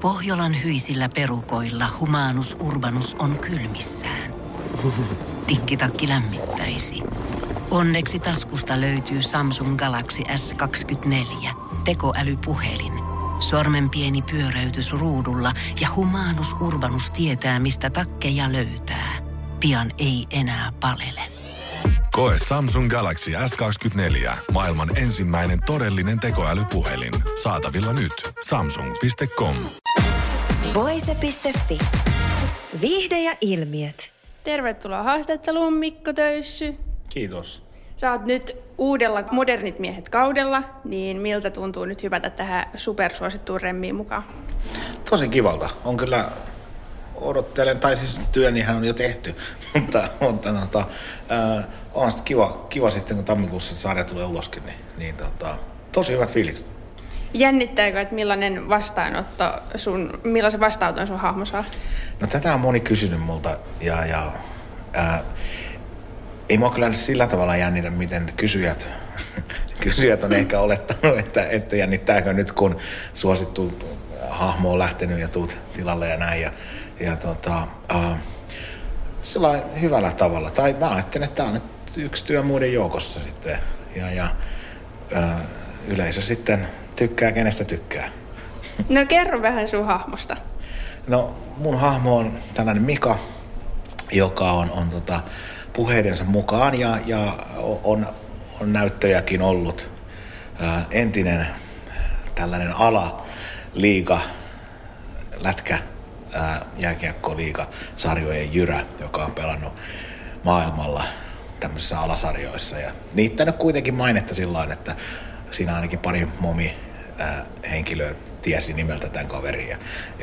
Pohjolan hyisillä perukoilla Humanus Urbanus on kylmissään. Tikkitakki lämmittäisi. Onneksi taskusta löytyy Samsung Galaxy S24, tekoälypuhelin. Sormen pieni pyöräytys ruudulla ja Humanus Urbanus tietää, mistä takkeja löytää. Pian ei enää palele. Koe Samsung Galaxy S24. Maailman ensimmäinen todellinen tekoälypuhelin. Saatavilla nyt. Samsung.com. Voise.fi. Viihde ja ilmiöt. Tervetuloa haastatteluun, Mikko Töyssy. Kiitos. Sä oot nyt uudella Modernit miehet -kaudella, niin miltä tuntuu nyt hypätä tähän supersuosittuun remmiin mukaan? Tosi kivalta. On kyllä, odottelen, tai siis työnihän on jo tehty, mutta on sitten kiva sitten, kun tammikuussa sarja tulee uloskin, niin tosi hyvät fiilikset. Jännittääkö, että millaisen vastaanoton sun hahmo saa? No tätä on moni kysynyt multa ei mua kyllä sillä tavalla jännitä, miten kysyjät on ehkä olettanut, että jännittääkö nyt, kun suosittu hahmo on lähtenyt ja tuut tilalle ja näin. Sellainen hyvällä tavalla. Tai mä ajattelen, että tämä on nyt yksi työ muiden joukossa sitten. Yleisö sitten tykkää, kenestä tykkää. No kerro vähän sun hahmosta. No mun hahmo on tällainen Mika, joka on puheidensa mukaan ja on näyttöjäkin ollut. Entinen tällainen alaliiga, jääkiekkoliiga sarjojen jyrä, joka on pelannut maailmalla tämmöisissä alasarjoissa ja niittänyt kuitenkin mainetta sillain, että siinä ainakin pari henkilöä tiesi nimeltä tämän kaverin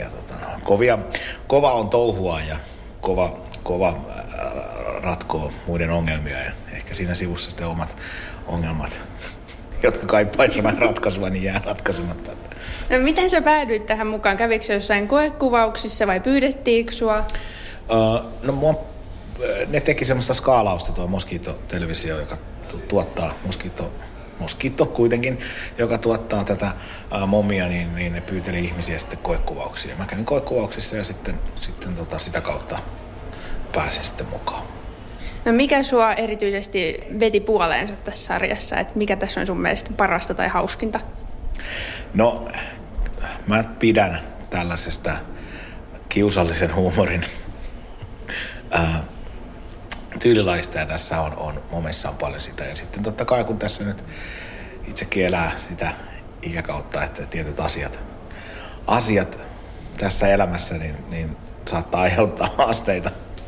kova on touhua ja kova ratkoo muiden ongelmia ja ehkä siinä sivussa sitten omat ongelmat, jotka kaipaisivat vähän ratkaisua, niin jää ratkaisematta. No miten sä päädyit tähän mukaan? Kävikö se jossain koekuvauksissa vai pyydettiinkö sua? Ne teki semmoista skaalausta tuo Mosquito-televisio, joka tuottaa Mosquito kuitenkin, joka tuottaa tätä momia, niin ne pyyteli ihmisiä sitten koekuvauksia. Mä kävin koekuvauksissa ja sitten sitä kautta pääsin sitten mukaan. No mikä sua erityisesti veti puoleensa tässä sarjassa? Et mikä tässä on sun mielestä parasta tai hauskinta? No, mä pidän tällaisesta kiusallisen huumorin tyylilajista ja tässä on momissa on paljon sitä. Ja sitten totta kai kun tässä nyt itsekin elää sitä ikäkautta, että tietyt asiat tässä elämässä niin saattaa aiheuttaa haasteita,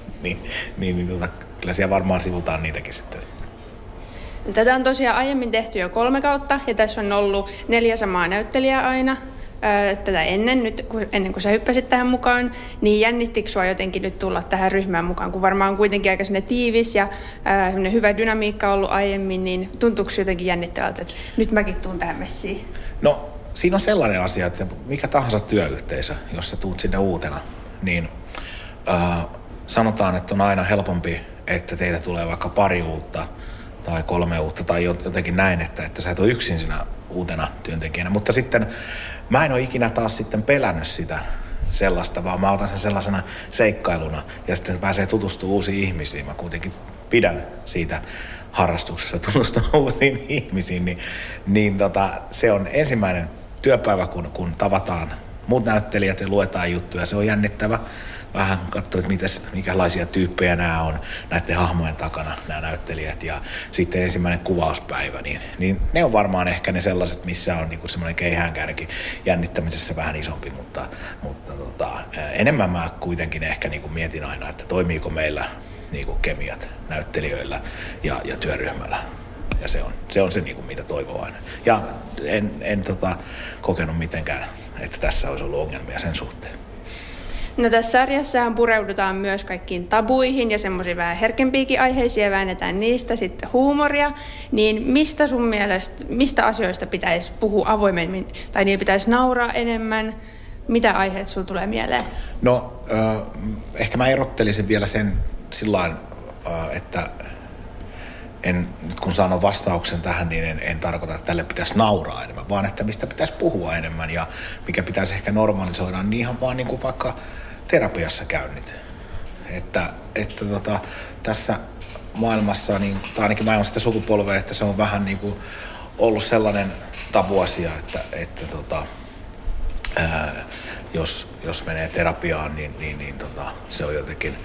kyllä siellä varmaan sivutaan niitäkin sitten. Tätä on tosiaan aiemmin tehty jo 3 kautta ja tässä on ollut 4 samaa näyttelijää aina. Tätä ennen kuin sä hyppäsit tähän mukaan, niin jännittikö sua jotenkin nyt tulla tähän ryhmään mukaan, kun varmaan on kuitenkin aika tiivis ja semmoinen hyvä dynamiikka ollut aiemmin, niin tuntuuko jotenkin jännittävältä, että nyt mäkin tuun tähän messiin? No siinä on sellainen asia, että mikä tahansa työyhteisö, jos sä tuut sinne uutena, niin sanotaan, että on aina helpompi, että teitä tulee vaikka 2 uutta tai 3 uutta tai jotenkin näin, että sä et ole yksin siinä uutena työntekijänä. Mutta sitten mä en ole ikinä taas sitten pelännyt sitä sellaista, vaan mä otan sen sellaisena seikkailuna ja sitten pääsee tutustumaan uusiin ihmisiin. Mä kuitenkin pidän siitä harrastuksesta tutustua uusiin ihmisiin, niin se on ensimmäinen työpäivä, kun tavataan muut näyttelijät ja luetaan juttuja. Se on jännittävä. Vähän katsoa, että minkälaisia tyyppejä nämä on näiden hahmojen takana, nämä näyttelijät. Ja sitten ensimmäinen kuvauspäivä, niin ne on varmaan ehkä ne sellaiset, missä on niinku semmoinen keihäänkärki jännittämisessä vähän isompi. Mutta enemmän mä kuitenkin ehkä niinku mietin aina, että toimiiko meillä niinku kemiat näyttelijöillä ja työryhmällä. Ja se on se niinku, mitä toivoo aina. Ja en kokenut mitenkään, että tässä olisi ollut ongelmia sen suhteen. No tässä sarjassahan pureudutaan myös kaikkiin tabuihin ja semmoisiin vähän herkempiäkin aiheisiin ja väännetään niistä sitten huumoria. Niin mistä sun mielestä, mistä asioista pitäisi puhua avoimemmin tai niillä pitäisi nauraa enemmän? Mitä aiheet sulla tulee mieleen? No ehkä mä erottelisin vielä sen sillain, että nyt kun sanon vastauksen tähän, niin en tarkoita, että tälle pitäisi nauraa enemmän, vaan että mistä pitäisi puhua enemmän ja mikä pitäisi ehkä normalisoida, niin ihan vaan niin kuin vaikka terapiassa käynnit. Että tässä maailmassa, niin, tai ainakin maailmassa sitä sukupolvea, että se on vähän niin kuin ollut sellainen tabuasia, että jos menee terapiaan, niin se on jotenkin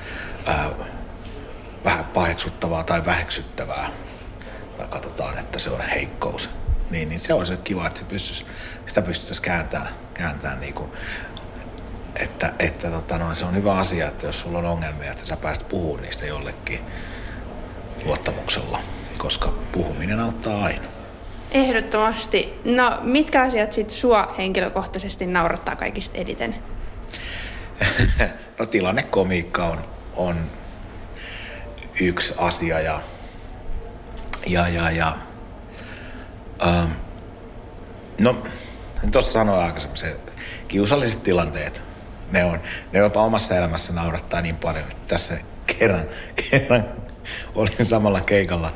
vähän paheksuttavaa tai väheksyttävää. Tai katsotaan, että se on heikkous. Niin se on se kiva, että sitä pystyttäisiin kääntämään niin kuin, että se on hyvä asia, että jos sulla on ongelmia, että sä pääset puhumaan niistä jollekin luottamuksella, koska puhuminen auttaa aina. Ehdottomasti. No, mitkä asiat sit sua henkilökohtaisesti naurattaa kaikista eniten? No, tilannekomiikka on yksi asia no, tuossa sanoin aikaisemmin, se kiusalliset tilanteet, ne jopa omassa elämässä naurattaa niin paljon, että tässä kerran olin samalla keikalla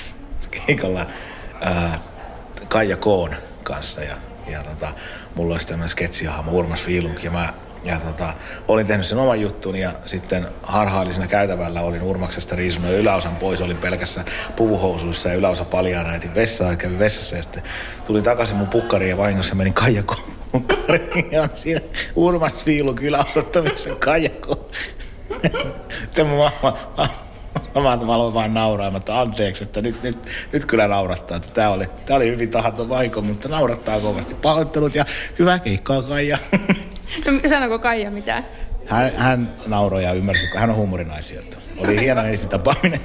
Kaija Koon kanssa ja mulla oli tämmöinen sketsihahmo Urmas Fiilunk ja olin tehnyt sen oman juttun ja sitten harhaillisena käytävällä olin Urmaksesta riisunut yläosan pois, olin pelkässä puvuhousuissa ja yläosa paljaana, etin vessaan ja kävin vessassa ja sitten tulin takaisin mun pukkariin ja vahingossa menin Kaija Koon pukkariin ja siinä Urmas Fiilunk yläosattomissa Kaija Koon. Sitten mun mä aloin vaan nauraamatta, anteeksi, että nyt kyllä naurattaa, että tää oli hyvin tahaton vahinko, mutta naurattaa kovasti. Pahoittelut ja hyvää keikkaa, Kaija. No, sanoko Kaija mitään? Hän nauroi ja ymmärsi, kun hän on huumorinaisia. Oli hieno esitapaaminen.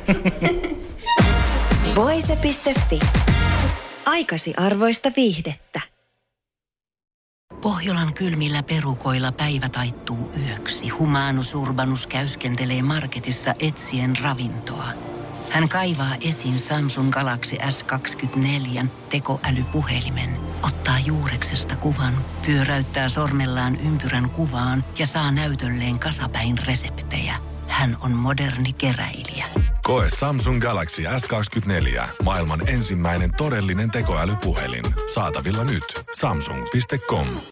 Voise.fi. Aikasi arvoista viihdettä. Pohjolan kylmillä perukoilla päivä taittuu yöksi. Humanus Urbanus käyskentelee marketissa etsien ravintoa. Hän kaivaa esiin Samsung Galaxy S24 tekoälypuhelimen, ottaa juureksesta kuvan, pyöräyttää sormellaan ympyrän kuvaan ja saa näytölleen kasapäin reseptejä. Hän on moderni keräilijä. Koe Samsung Galaxy S24. Maailman ensimmäinen todellinen tekoälypuhelin. Saatavilla nyt. Samsung.com.